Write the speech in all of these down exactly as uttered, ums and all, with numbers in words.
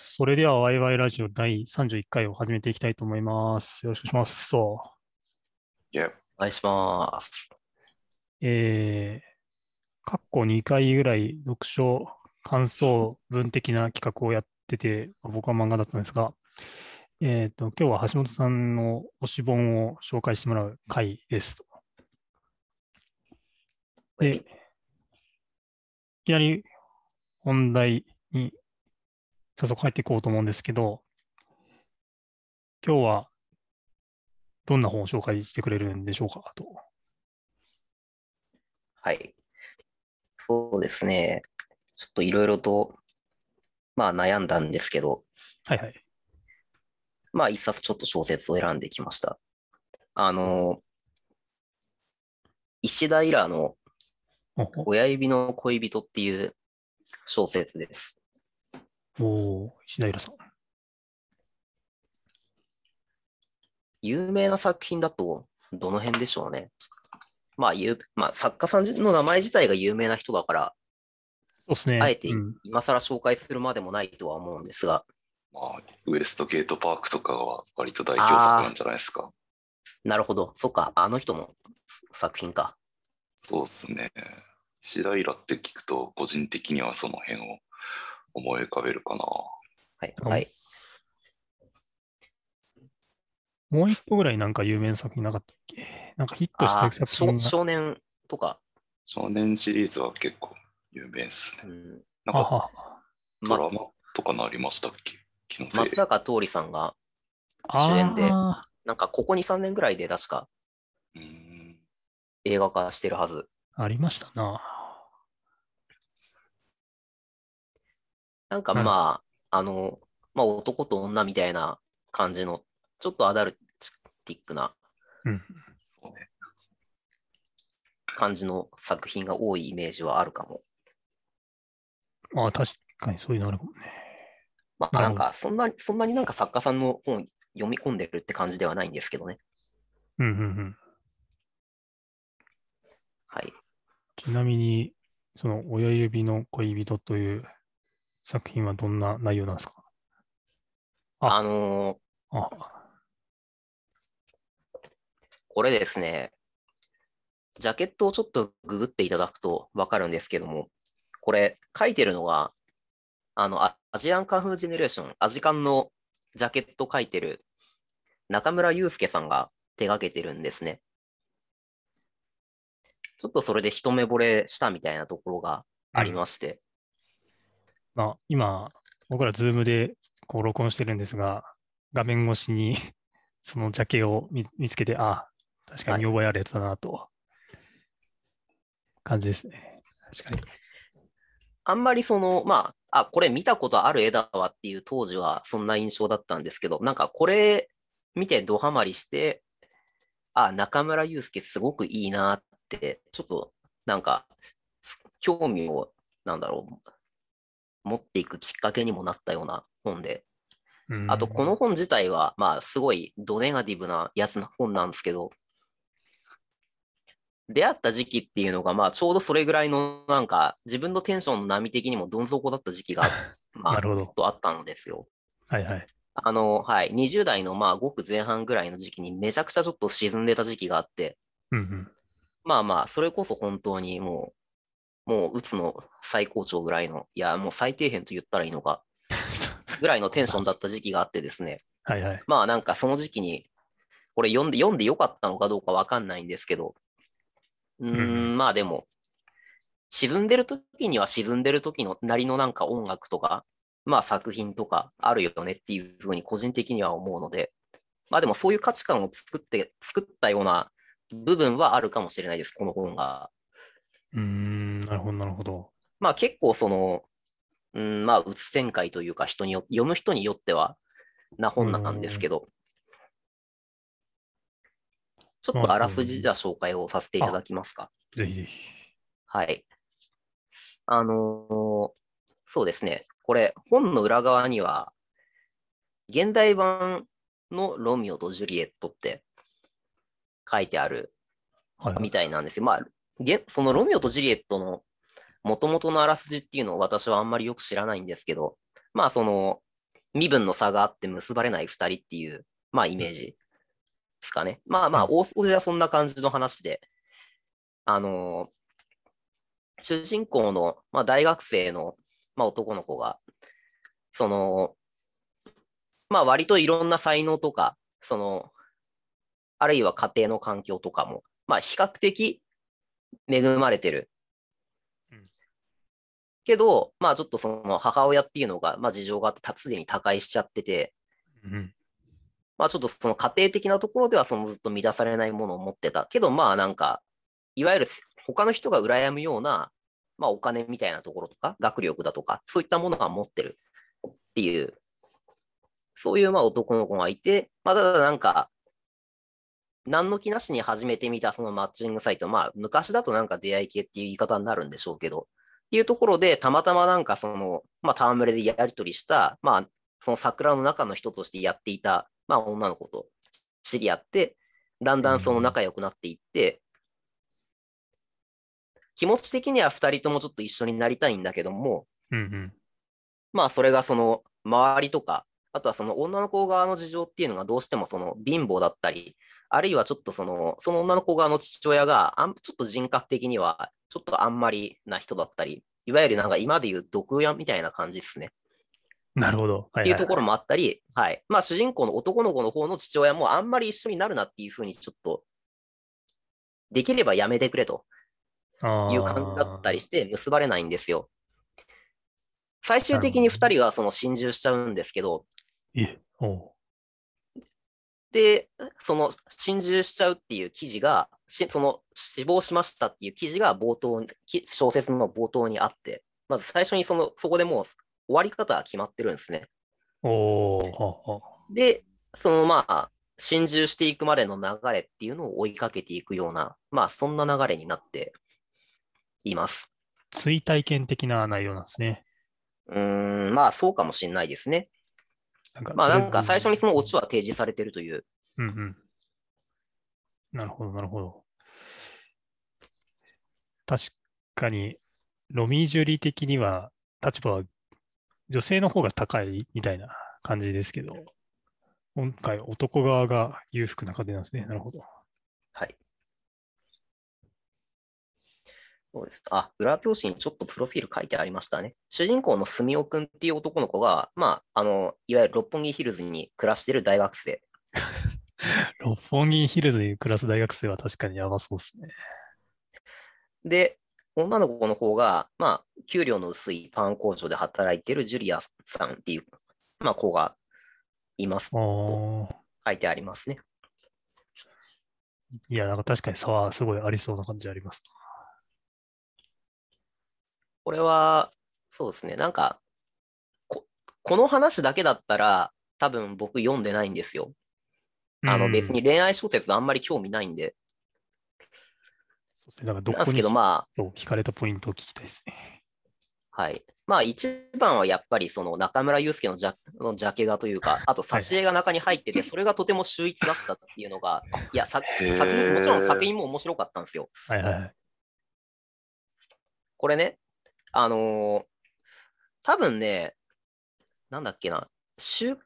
それでは、ワイワイラジオだいさんじゅういっかいを始めていきたいと思います。よろしくお願いします。そいや、 お願いします。 う。えー、過去にかいぐらい読書感想文的な企画をやってて、僕は漫画だったんですが、えっと、今日は橋本さんの推し本を紹介してもらう回です。で、いきなり本題に早速入っていこうと思うんですけど、今日はどんな本を紹介してくれるんでしょうかと。 はい。そうですね。ちょっといろいろと、まあ悩んだんですけど、 はいはい。 まあ一冊ちょっと小説を選んできました。あの、石田イラのお親指の恋人っていう小説です。 お、おー石平さん。 有名な作品だと、どの辺でしょうね。まあ、有まあ、作家さんの名前自体が有名な人だから、 そうですね。 あえてうん。 今更紹介するまでもないとは思うんですが、 まあ、ウエストゲートパークとかは割と代表作なんあじゃないですか。 ー、なるほど。そっか、あの人の作品か。 そうですね。シダイラって聞くと、個人的にはその辺を思い浮かべるかな。 はい、 なんかはい。 もう一個ぐらいなんか有名な作品なかったっけ？なんかヒットしたああ、少作品が、 少年とか、 少年シリーズは結構有名ですね。 うん、 なんかあは、 ドラ松マとかのありましたっけ？気のせい。 松坂桃李さんが主演で、 あなんかここに、さんねんぐらいで確かうーん。 映画化してるはず。 あ、ありましたな。 なんかなるほまあ、あの、まあ男と女みたいな感じの、ちょっとアダルティックなど。うん。 そうね。 感じの作品が多いイメージはあるかも。 あ、確かにそういうのあるかもね。 まあなるほど。 なんか、そんなに、そんなになんか作家さんの本読み込んでるって感じではないんですけどね。 うん、うん、うん。 はい。 ちなみに、その親指の恋人という作品はどんな内容なんですか？あ、 あのーあ、 これですね、ジャケットをちょっとググっていただくとわかるんですけども、これ書いてるのが、あの、アアジアンカンフージェネレーション、アジカンのジャケット書いてる中村祐介さんが手掛けてるんですね。ちょっとそれで一目惚れしたみたいなところがありうん。 まして。 まあ、今、僕らズームでこう録音してるんですが、画面越しにそのジャケを見、見つけて、あ、確かにはい。 見覚えあるやつだなと感じですね。確かに。 あんまりその、まあ、あ、これ見たことある絵だわっていう当時はそんな印象だったんですけど、なんかこれ見てドハマりして、あ、中村祐介すごくいいなって、ちょっとなんか興味を、なんだろう、持っていくきっかけにもなったような本で、 うあとこのん。 本自体は、まあすごいドネガティブなやつな本なんですけど、出会った時期っていうのが、まあちょうどそれぐらいのなんか自分のテンションの波的にもどん底だった時期が、まあずっなるほど。 とあったのですよ。 はいはい。 あの、はい、にじゅう代のまあごく前半ぐらいの時期にめちゃくちゃちょっと沈んでた時期があって、 うんうん。 まあまあ、それこそ本当にもう、もう、うつの最高潮ぐらいの、いや、もう最底辺と言ったらいいのか、ぐらいのテンションだった時期があってですね。 はいはい。 まあなんかその時期に、これ読んで、読んでよかったのかどうかわかんないんですけど、うーうんうん。 ん、まあでも、沈んでる時には沈んでる時のなりのなんか音楽とか、まあ作品とかあるよねっていうふうに個人的には思うので、まあでもそういう価値観を作って、作ったような部分はあるかもしれないです、この本が。 うーん、なるほど、なるほど。 まあ結構その、うん、まあ、うつ展開というか、人によ、読む人によってはなうー本なんですけん。 ど、ちょっまあ、 とあらそうね。 すじじゃ紹介をさせていたあ、 だきますか。 ぜひぜひ。 はい。あのーそうですね。これ、本の裏側には、現代版のロミオとジュリエットって書いてあるみたはいはい。 いなんですよ。まあ、げそのロミオとジュリエットの元々のあらすじっていうのを私はあんまりよく知らないんですけど、まあ、その、 身分の差があって結ばれない二人っていう、まあイメージですかね。まあまあ、大筋はそんな感じの話で、あのー、主人公の、まあ、大学生の、まあ、男の子が、その、まあ割といろんな才能とか、その、あるいは家庭の環境とかも、まあ比較的恵まれてる。けど、まあちょっとその母親っていうのが、まあ事情があってすでに他界しちゃってて、 うん、 まあちょっとその家庭的なところではそのずっと満たされないものを持ってた。けどまあなんか、いわゆる他の人が羨むような、まあお金みたいなところとか、学力だとか、そういったものは持ってるっていう、そういうまあ男の子がいて、まあただなんか、何の気なしに始めてみたそのマッチングサイト、まあ昔だとなんか出会い系っていう言い方になるんでしょうけど、っていうところでたまたまなんかその、まあ戯れでやり取りした、まあその桜の中の人としてやっていた、まあ女の子と知り合って、だんだんその仲良くなっていって、気持ち的には二人ともちょっと一緒になりたいんだけども、 うんうん、 まあそれがその周りとか、あとはその女の子側の事情っていうのがどうしてもその貧乏だったり、あるいはちょっとその、その女の子側の父親があんちょっと人格的にはちょっとあんまりな人だったり、いわゆるなんか今でいう毒親みたいな感じですね。 なるほど。 っていうところもあったり、はい。まあ主人公の男の子の方の父親もあんまり一緒になるなっていうふうにちょっと、できればやめてくれという感じだったりして結ばれないんですよ。最終的に二人はその心中しちゃうんですけど、 えおで、その心中しちゃうっていう記事が、その死亡しましたっていう記事が冒頭、小説の冒頭にあって、まず最初にそのそこでもう終わり方が決まってるんですね。 おははで、そのまあ、心中していくまでの流れっていうのを追いかけていくような、まあそんな流れになっています。 追体験的な内容なんですね。 うーん、まあそうかもしれないですね。 なんかまあなんか最初にそのオチは提示されてるという。 うんうん。なるほど、なるほど。確かに、ロミー・ジュリー的には立場は女性の方が高いみたいな感じですけど、今回男側が裕福な家庭なんですね。なるほど。 はい。そうです。あ、裏表紙にちょっとプロフィール書いてありましたね。主人公の住尾くんっていう男の子が、まあ、あの、いわゆる六本木ヒルズに暮らしてる大学生。 六本木ヒルズに暮らす大学生は確かにやばそうですね。 で、女の子の方が、まあ、給料の薄いパン工場で働いてるジュリアさんっていう、まあ、子がいますと書いてありますね。 いや、なんか確かに差はすごいありそうな感じあります。 これは、そうですね。なんかこ、この話だけだったら、多分僕読んでないんですよ。あの、別に恋愛小説あんまり興味ないんで。 そうですね。なんかどなんですこにけどまそう惹かれたポイントを聞きたいですね。 あ、はい。まあ一番はやっぱりその中村祐介のジャのジャケ画というか、あと挿絵が中に入ってて、それがとても秀逸だったっていうのが、いや、さ作品、もちろん作品も面白かったんですよ。 はいはいはい。 これね、あのー多分ね、なんだっけな、週、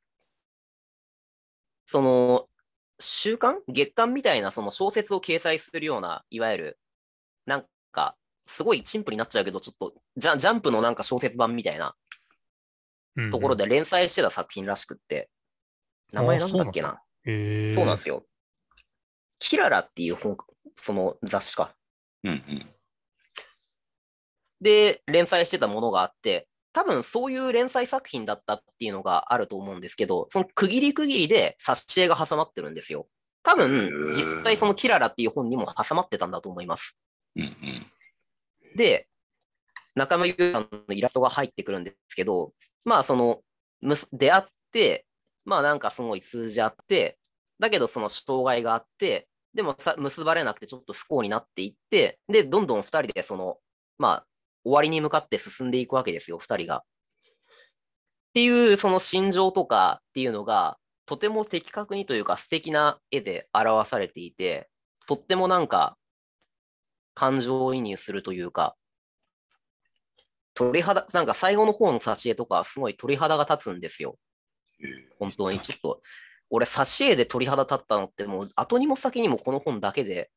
その、週刊月刊みたいなその小説を掲載するような、いわゆる、なんか、すごいシンプルになっちゃうけど、ちょっとジャ、ジャンプのなんか小説版みたいなところで連載してた作品らしくって、名前なんだっけな。そうなんですよ。キララっていう本、その雑誌か。 うんうん、 で、連載してたものがあって、多分そういう連載作品だったっていうのがあると思うんですけど、その区切り区切りで挿絵が挟まってるんですよ。多分、実際そのキララっていう本にも挟まってたんだと思います。 うんうん、 で、中村優さんのイラストが入ってくるんですけど、まあその、出会って、まあなんかすごい通じ合って、だけどその障害があって、でもさ結ばれなくてちょっと不幸になっていって、で、どんどん二人でその、まあ、終わりに向かって進んでいくわけですよ、二人が。っていう、その心情とかっていうのが、とても的確にというか素敵な絵で表されていて、とってもなんか、感情移入するというか、鳥肌、なんか最後の方の挿絵とか、すごい鳥肌が立つんですよ。 本当にちょっと、俺、挿絵で鳥肌立ったのってもう後にも先にもこの本だけで、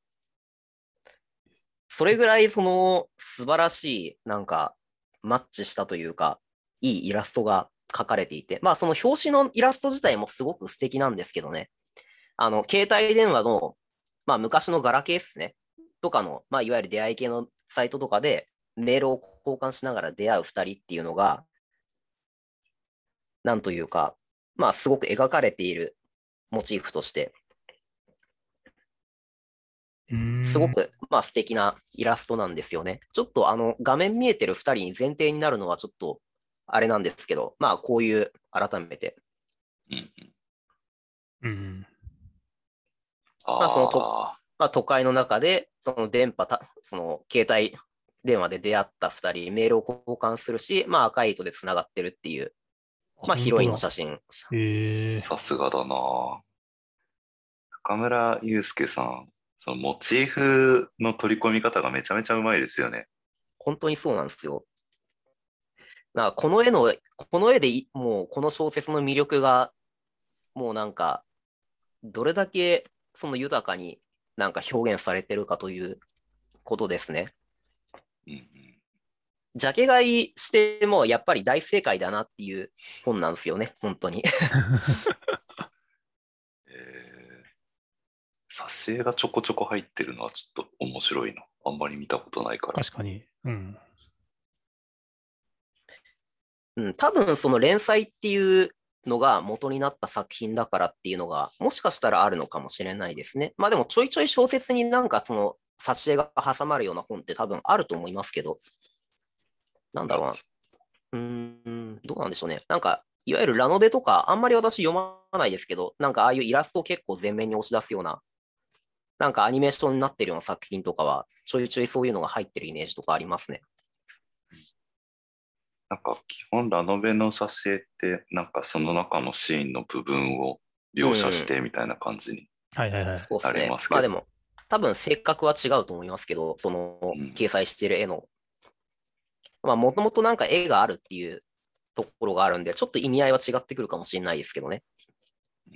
それぐらいその素晴らしい、なんか、マッチしたというか、いいイラストが描かれていて、まあその表紙のイラスト自体もすごく素敵なんですけどね。あの、携帯電話の、まあ昔のガラケーですね。とかの、まあいわゆる出会い系のサイトとかでメールを交換しながら出会う二人っていうのが、なんというか、まあすごく描かれているモチーフとして、すごく、まあ、素敵なイラストなんですよね。ちょっとあの画面見えてるふたりに前提になるのはちょっとあれなんですけど、まあこういう改めて。 うんうん。 まあそのと、まあ、都会の中で、その電波た、その携帯電話で出会ったふたり、メールを交換するし、まあ赤い糸でつながってるっていう、まあヒロインの写真。 さすがだな。中村祐介さん、そのモチーフの取り込み方がめちゃめちゃうまいですよね。 本当にそうなんですよ。なんかこの絵の、この絵でもうこの小説の魅力が、もうなんか、どれだけその豊かになんか表現されてるかということですね。 うんうん、 ジャケ買いしてもやっぱり大正解だなっていう本なんですよね、本当に。 えー、挿絵がちょこちょこ入ってるのはちょっと面白いな。あんまり見たことないから。 確かに。うん。 うん、多分その連載っていうのが元になった作品だからっていうのがもしかしたらあるのかもしれないですね。まあでもちょいちょい小説になんかその挿絵が挟まるような本って多分あると思いますけど、なんだろうな。うーん、どうなんでしょうね。なんか、いわゆるラノベとか、あんまり私読まないですけど、なんかああいうイラストを結構前面に押し出すような、なんかアニメーションになってるような作品とかは、ちょいちょいそういうのが入ってるイメージとかありますね。 なんか基本ラノベの挿絵ってなんかその中のシーンの部分を描写してみたいな感じにはいはいはい。 そうですね。 なりますけど。 まあでも、多分性格は違うと思いますけど、その掲載している絵の。まあもともとなんか絵があるっていうところがあるんで、ちょっと意味合いは違ってくるかもしれないですけどね。 うん、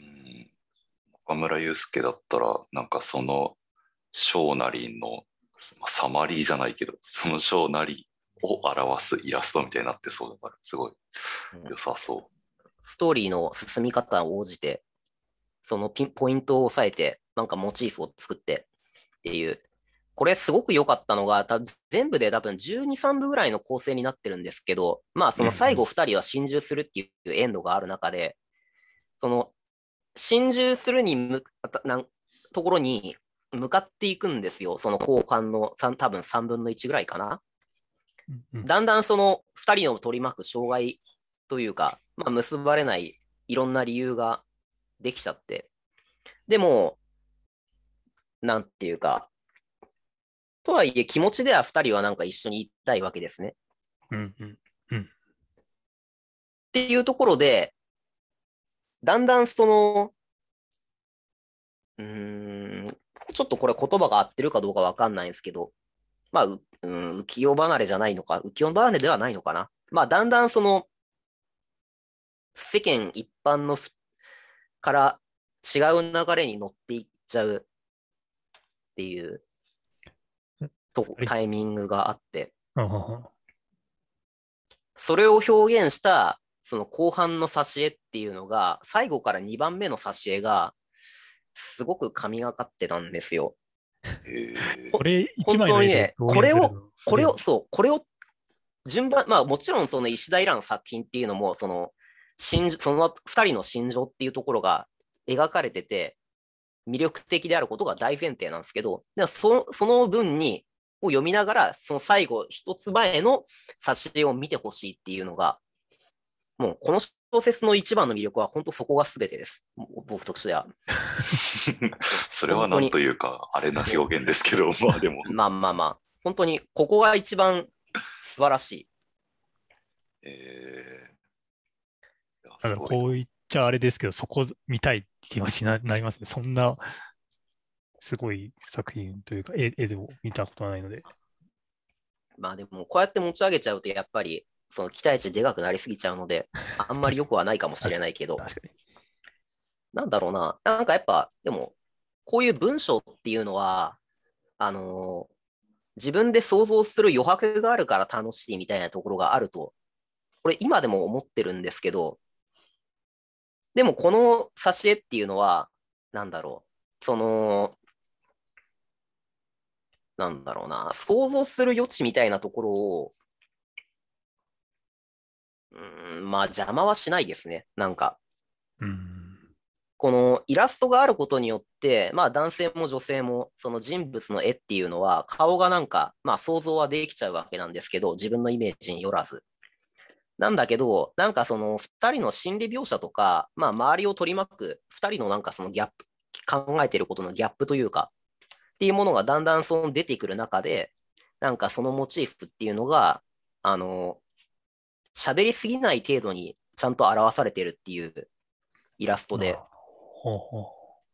岡村祐介だったらなんかその小なりの、まあ、サマリーじゃないけど、その小なりを表すイラストみたいになってそうだから、すごい良さそう。うん、 ストーリーの進み方を応じて、そのピンポイントを押さえて、なんかモチーフを作ってっていう。これすごく良かったのが、全部で多分じゅうに、さんぶぐらいの構成になってるんですけど、まあその最後ふたりは心中するっていうエンドがある中で、その心中するにむなところに向かっていくんですよ。その後半の多分さんぶんのいちぐらいかな。うんうん、だんだんそのふたりの取り巻く障害というか、まあ、結ばれないいろんな理由ができちゃって。でも、なんていうか、とはいえ気持ちではふたりはなんか一緒にいたいわけですね。 うんうんうん、 っていうところで、だんだんその、うーん、ちょっとこれ言葉が合ってるかどうかわかんないんですけど、まあ、う、うん、浮世離れじゃないのか、浮世離れではないのかな。まあ、だんだんその、世間一般のから違う流れに乗っていっちゃうっていうとタイミングがあって、それを表現したその後半の挿絵っていうのが、最後からにばんめの挿絵が、すごく神がかってたんですよ。 これ本当にね、これを、これを、そう、これを順番、まあもちろんその石田イラの作品っていうのも、その、そのふたりの心情っていうところが描かれてて、魅力的であることが大前提なんですけど、でそその文に、を読みながら、その最後、一つ前の挿絵を見てほしいっていうのが、もうこの小説の一番の魅力は本当そこが全てです。僕としては。 それはなんというか、あれな表現ですけど、まあでも。 まあまあまあ、本当にここが一番素晴らしい。 えー、だからこう言っちゃあれですけど、そこ見たいって気持ちになりますね。そんなすごい作品というか、絵でも見たことないので。 まあでも、こうやって持ち上げちゃうと、やっぱり、 その期待値でかくなりすぎちゃうので、あんまり良くはないかもしれないけど、 確かに。 なんだろうな、なんかやっぱ、でも、こういう文章っていうのは、あのー自分で想像する余白があるから楽しいみたいなところがあると、これ今でも思ってるんですけど、でもこの挿絵っていうのは、なんだろう、その、なんだろうな、想像する余地みたいなところを、うーん、まあ邪魔はしないですね。なんか、 うん。 このイラストがあることによって、まあ男性も女性も、その人物の絵っていうのは、顔がなんか、まあ想像はできちゃうわけなんですけど、自分のイメージによらず。なんだけど、なんかその二人の心理描写とか、まあ周りを取り巻く二人のなんかそのギャップ、考えていることのギャップというか、っていうものがだんだんその出てくる中で、なんかそのモチーフっていうのが、あの、喋りすぎない程度にちゃんと表されてるっていうイラストで、 あほうほ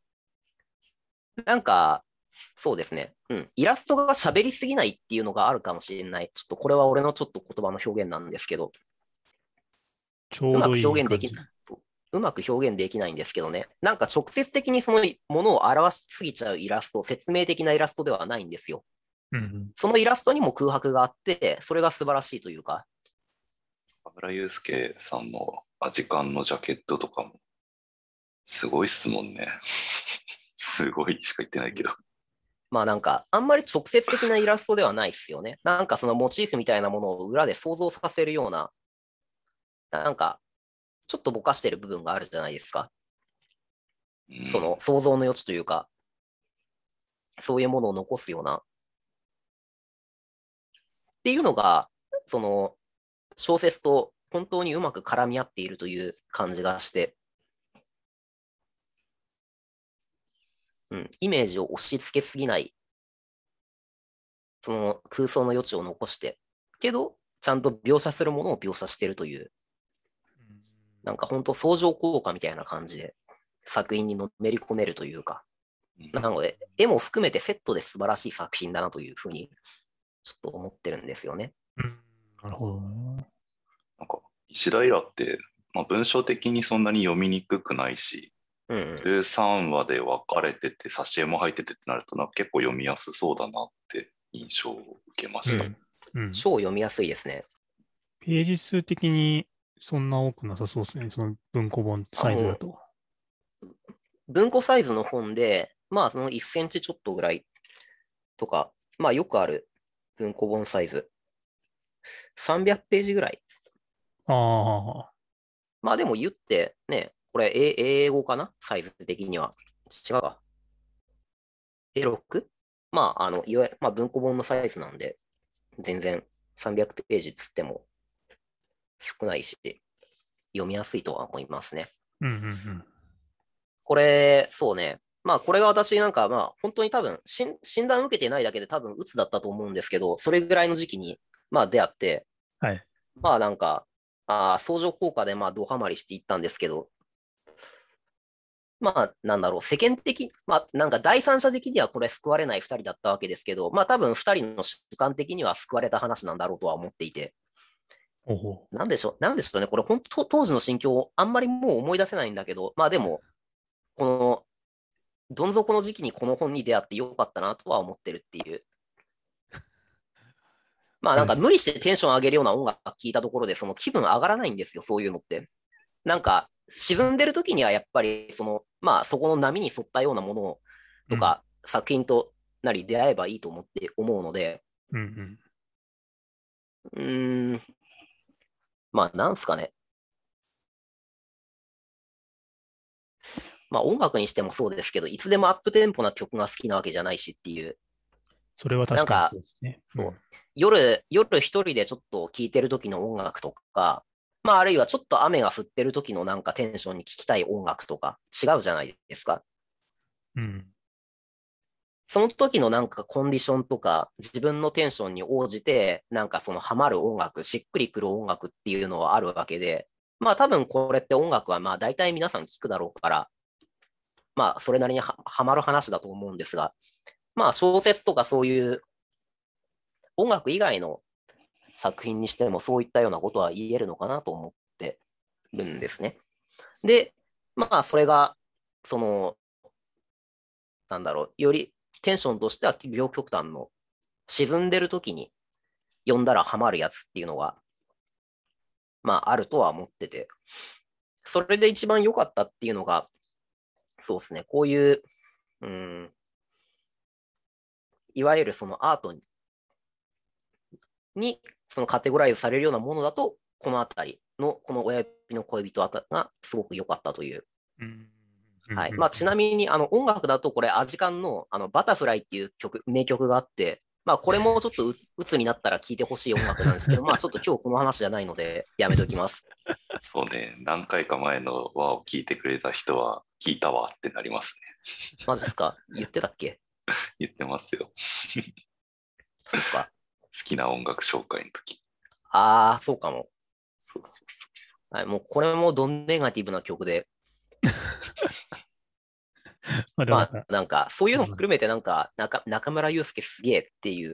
なんか、そうですね。うん。イラストが喋りすぎないっていうのがあるかもしれない。ちょっとこれは俺のちょっと言葉の表現なんですけど、 う。ちょうまうどく表現でいい感じ。 きない。うまく表現できないんですけどね。なんか直接的にそのものを表しすぎちゃうイラスト、説明的なイラストではないんですよ。 うんうん。 そのイラストにも空白があって、それが素晴らしいというか。 河村祐介さんのアジカンのジャケットとかもすごいっすもんね。すごいしか言ってないけど。 まあなんか、あんまり直接的なイラストではないですよね。なんかそのモチーフみたいなものを裏で想像させるような、なんか、ちょっとぼかしてる部分があるじゃないですか。 うん、 その想像の余地というか、そういうものを残すような。っていうのが、その小説と本当にうまく絡み合っているという感じがして、うん、イメージを押し付けすぎない、その空想の余地を残して、けど、ちゃんと描写するものを描写しているという、なんか本当相乗効果みたいな感じで作品にのめり込めるというか、なので、絵も含めてセットで素晴らしい作品だなというふうに、ちょっと思ってるんですよね。 うん、なるほどね。 なんか石平って、まあ、文章的にそんなに読みにくくないし、 うんうん、 じゅうさんわで分かれてて挿絵も入っててってなるとなんか結構読みやすそうだなって印象を受けました。 うんうん、 超読みやすいですね。 ページ数的にそんな多くなさそうですね。その文庫本サイズだと。 文庫サイズの本で、まあそのいっセンチちょっとぐらいとか、まあよくある文庫本サイズ。さんびゃくページぐらい。 ああ、 まあでも言ってね、これえ英語かなサイズ的には。違うか。エーろく？ まあ、あの、いわゆる、まあ文庫本のサイズなんで、全然さんびゃくページつっても少ないし、読みやすいとは思いますね。 うんうんうん。 これ、そうね。まあ、これが私なんか、まあ、本当に多分、診診断受けてないだけで多分、うつだったと思うんですけど、それぐらいの時期に、まあ、出会って、 はい。 まあ、なんか、ああ、相乗効果で、まあ、ドハマりしていったんですけど、まあ、なんだろう、世間的、まあ、なんか第三者的にはこれ救われない二人だったわけですけど、まあ、多分二人の主観的には救われた話なんだろうとは思っていて、 ほうほなんでしょう、なんでしょうね、これ本当、当時の心境、あんまりもう思い出せないんだけど、まあでも、この、どん底の時期にこの本に出会ってよかったなとは思ってるっていう。まあなんか無理してテンション上げるような音楽聴いたところでその気分上がらないんですよ、そういうのって。なんか沈んでる時にはやっぱりその、まあそこの波に沿ったようなものとか、作品となり出会えばいいと思って思うので、 う。うんうん。 うーん、まあなんすかね。まあ音楽にしてもそうですけど、いつでもアップテンポな曲が好きなわけじゃないしっていう。 それは確かにそうですね。 そう、夜、夜一人でちょっと聴いてる時の音楽とか、まああるいはちょっと雨が降ってる時のなんかテンションに聴きたい音楽とか違うじゃないですか。 うん。うん。 その時のなんかコンディションとか自分のテンションに応じてなんかそのハマる音楽、しっくりくる音楽っていうのはあるわけで、まあ多分これって音楽はまあ大体皆さん聞くだろうから、まあそれなりにはハマる話だと思うんですが、まあ小説とかそういう音楽以外の作品にしてもそういったようなことは言えるのかなと思ってるんですね。で、まあ、それが、その、なんだろう、よりテンションとしては両極端の沈んでる時に読んだらハマるやつっていうのが、まあ、あるとは思ってて、それで一番良かったっていうのが、そうですね、こういう、うん、いわゆるそのアートに、にそのカテゴライズされるようなものだと、このあたりの、この親指の恋人がすごく良かったという。はい。まあ、ちなみに、あの、音楽だと、これ、アジカンの、あの、バタフライっていう曲、名曲があって、まあ、これもちょっとう鬱になったら聴いてほしい音楽なんですけど、まあ、ちょっと今日この話じゃないので、やめときます。 そうね、何回か前の輪を聞いてくれた人は、聞いたわってなりますね。 マジですか？言ってたっけ？ 言ってますよ。 そうか。 好きな音楽紹介の時。 ああ、そうかも。 そうそうそう。 はい、もうこれもドンネガティブな曲で、 まあ、でもなんか、 まあ、なんか、そういうのも含めて、なんか、中中村祐介すげえっていう、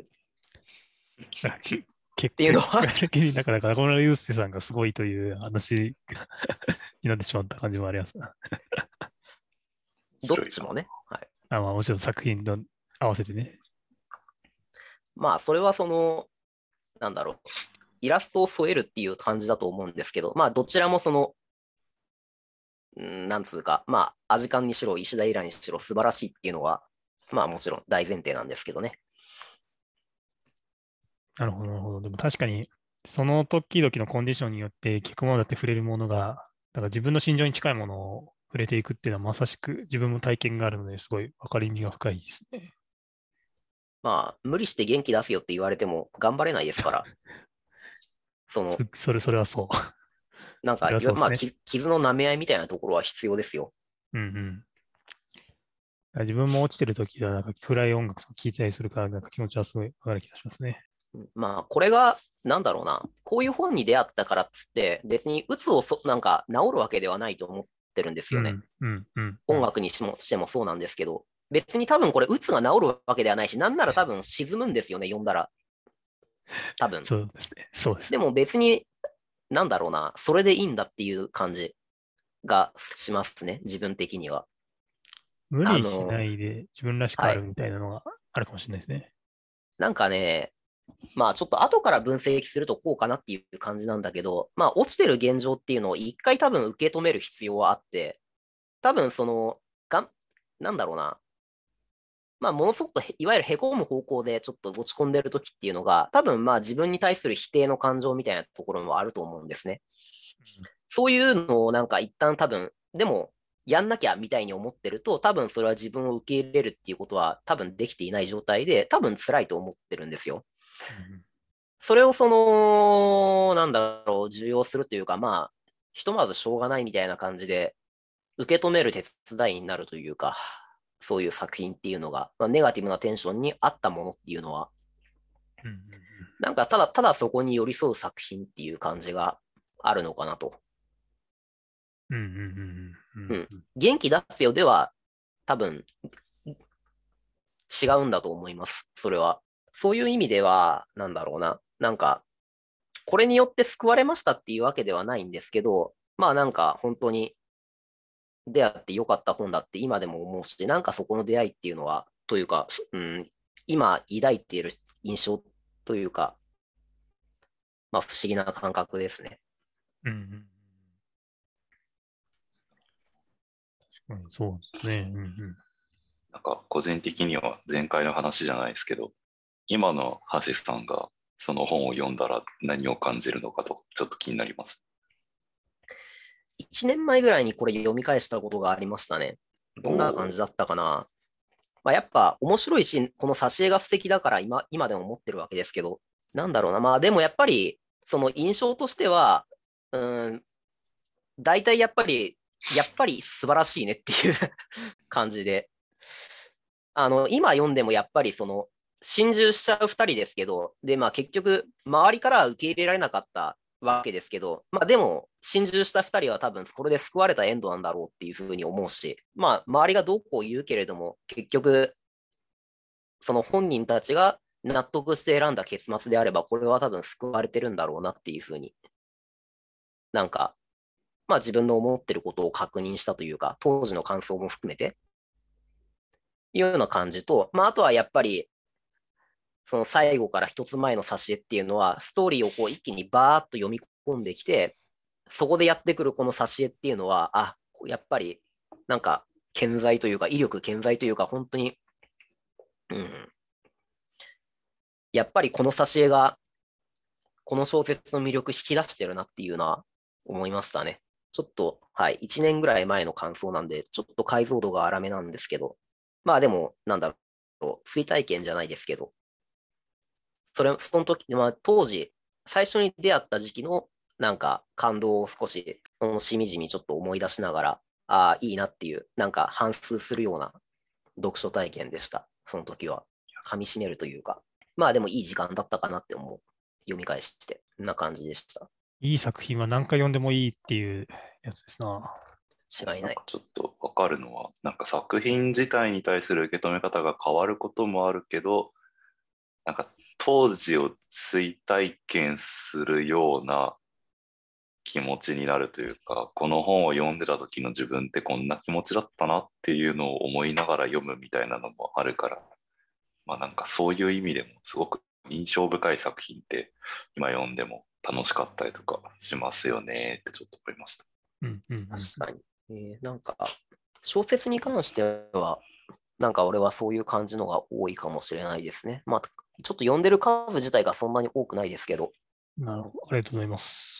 結っていうのは果的になんか中村祐介さんがすごいという話になってしまった感じもありますな。 どっちもね。はい。 あ、まあ、もちろん作品と合わせてね。 まあ、それはその、なんだろう、イラストを添えるっていう感じだと思うんですけど、まあ、どちらもその、んなんつうか、まあ、アジカンにしろ、石田イラにしろ、素晴らしいっていうのは、まあ、もちろん大前提なんですけどね。 なるほど、なるほど。でも確かに、その時々のコンディションによって聞くものだって触れるものが、だから自分の心情に近いものを触れていくっていうのはまさしく自分も体験があるのですごい分かりみが深いですね。 まあ、無理して元気出すよって言われても頑張れないですから、その、 そそれ、それはそう。 なんか、 それはそうでまあ、 すね。 き傷の舐め合いみたいなところは必要ですよ。 うんうん。だから自分も落ちてる時はなんか暗い音楽とか聴いたりするから、なんか気持ちはすごい分かる気がしますね。 まあ、これが、なんだろうな、こういう本に出会ったからっつって、別に鬱をそなんか治るわけではないと思ってるんですよね。 うんうんうん、 音楽にしてもしてもそうなんですけど、別に多分これ、鬱が治るわけではないし、なんなら多分沈むんですよね、読んだら。多分。 そうですね。そうですね。 でも別に、なんだろうな、それでいいんだっていう感じがしますね、自分的には。 無理しあの、 ないで自分らしくはい。 あるみたいなのがあるかもしれないですね。 なんかね、まあちょっと後から分析するとこうかなっていう感じなんだけど、まあ落ちてる現状っていうのを一回多分受け止める必要はあって、多分その、がん、なんだろうな、まあものすごくいわゆるへこむ方向でちょっと落ち込んでる時っていうのが、多分まあ自分に対する否定の感情みたいなところもあると思うんですね。そういうのをなんか一旦多分、でもやんなきゃみたいに思ってると、多分それは自分を受け入れるっていうことは多分できていない状態で、多分辛いと思ってるんですよ。 うんそれをその、なんだろう、重要するというか、まあ、ひとまずしょうがないみたいな感じで、受け止める手伝いになるというか、そういう作品っていうのが、まあ、ネガティブなテンションに合ったものっていうのは、 うんうんなんかただただそこに寄り添う作品っていう感じがあるのかなと。 うんうんうんうんうん。元気出すよでは、多分、違うんだと思います。それは。そういう意味では、なんだろうな。なんか、これによって救われましたっていうわけではないんですけど、まあなんか本当に出会ってよかった本だって今でも思うし、なんかそこの出会いっていうのは、というか、うん、今抱いている印象というか、まあ不思議な感覚ですね。 うんうんうん、そうですね。うんうん。 なんか個人的には前回の話じゃないですけど、今の橋さんがその本を読んだら何を感じるのかとちょっと気になります。 いちねんまえぐらいにこれ読み返したことがありましたね。どんな感じだったかな。まあ、やっぱ面白いし、この挿絵が素敵だから今今でも思ってるわけですけど、なんだろうな。まあでもやっぱり、その印象としては、うん、大体やっぱり、やっぱり素晴らしいねっていう感じで、あの、今読んでもやっぱりその、心中しちゃうふたりですけど、で、まあ結局、周りからは受け入れられなかったわけですけど、まあでも、心中したふたりは多分これで救われたエンドなんだろうっていうふうに思うし、まあ周りがどうこう言うけれども、結局、その本人たちが納得して選んだ結末であれば、これは多分救われてるんだろうなっていうふうに、なんか、まあ自分の思ってることを確認したというか、当時の感想も含めて、いうような感じと、まああとはやっぱり、その最後から一つ前の挿絵っていうのは、ストーリーをこう一気にバーッと読み込んできて、そこでやってくるこの挿絵っていうのは、あ、やっぱり、なんか、健在というか、威力健在というか、本当に、うん、やっぱりこの挿絵が、この小説の魅力引き出してるなっていうのは思いましたね。ちょっと、はい、いちねんぐらい前の感想なんで、ちょっと解像度が荒めなんですけど、まあでも、なんだろう、追体験じゃないですけど、それ、その時、まあ当時、最初に出会った時期の、なんか感動を少し、そのしみじみちょっと思い出しながら、ああ、いいなっていう、なんか反芻するような読書体験でした。その時は。噛み締めるというか。まあでもいい時間だったかなって思う。読み返して。そんな感じでした。 いい作品は何回読んでもいいっていうやつですな。 違いない。 なんかちょっとわかるのは、なんか作品自体に対する受け止め方が変わることもあるけど、なんか当時を追体験するような気持ちになるというか、この本を読んでた時の自分ってこんな気持ちだったなっていうのを思いながら読むみたいなのもあるから、まあなんかそういう意味でもすごく印象深い作品って今読んでも楽しかったりとかしますよねってちょっと思いました。 うんうんうん、 確かに。えーなんか、小説に関しては、なんか俺はそういう感じのが多いかもしれないですね。まあ、ちょっと読んでる数自体がそんなに多くないですけど。 なるほど。ありがとうございます。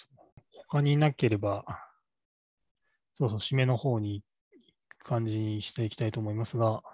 他になければ、そうそう、締めの方に行く感じにしていきたいと思いますが、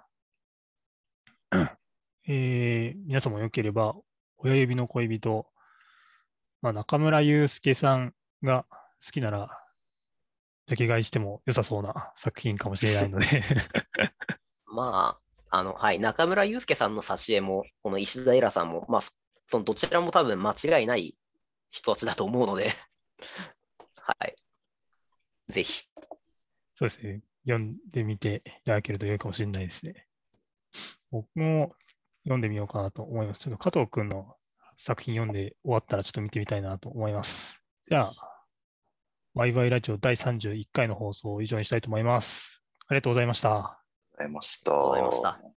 えー皆さんもよければ、親指の恋人、まあ、中村祐介さんが好きなら、ジャケ買いしても良さそうな作品かもしれないのでまあ、あの、はい、中村祐介さんの挿絵も、この石田エラさんも、まあ、そのどちらも多分間違いない人たちだと思うのではい。ぜひ。 そうですね。読んでみていただけると良いかもしれないですね。僕も読んでみようかなと思います。ちょっと加藤くんの作品読んで終わったらちょっと見てみたいなと思います。じゃあ、ワイワイラジオだいさんじゅういっかいの放送を以上にしたいと思います。ありがとうございました。 ありがとうございました。 ありがとうございました。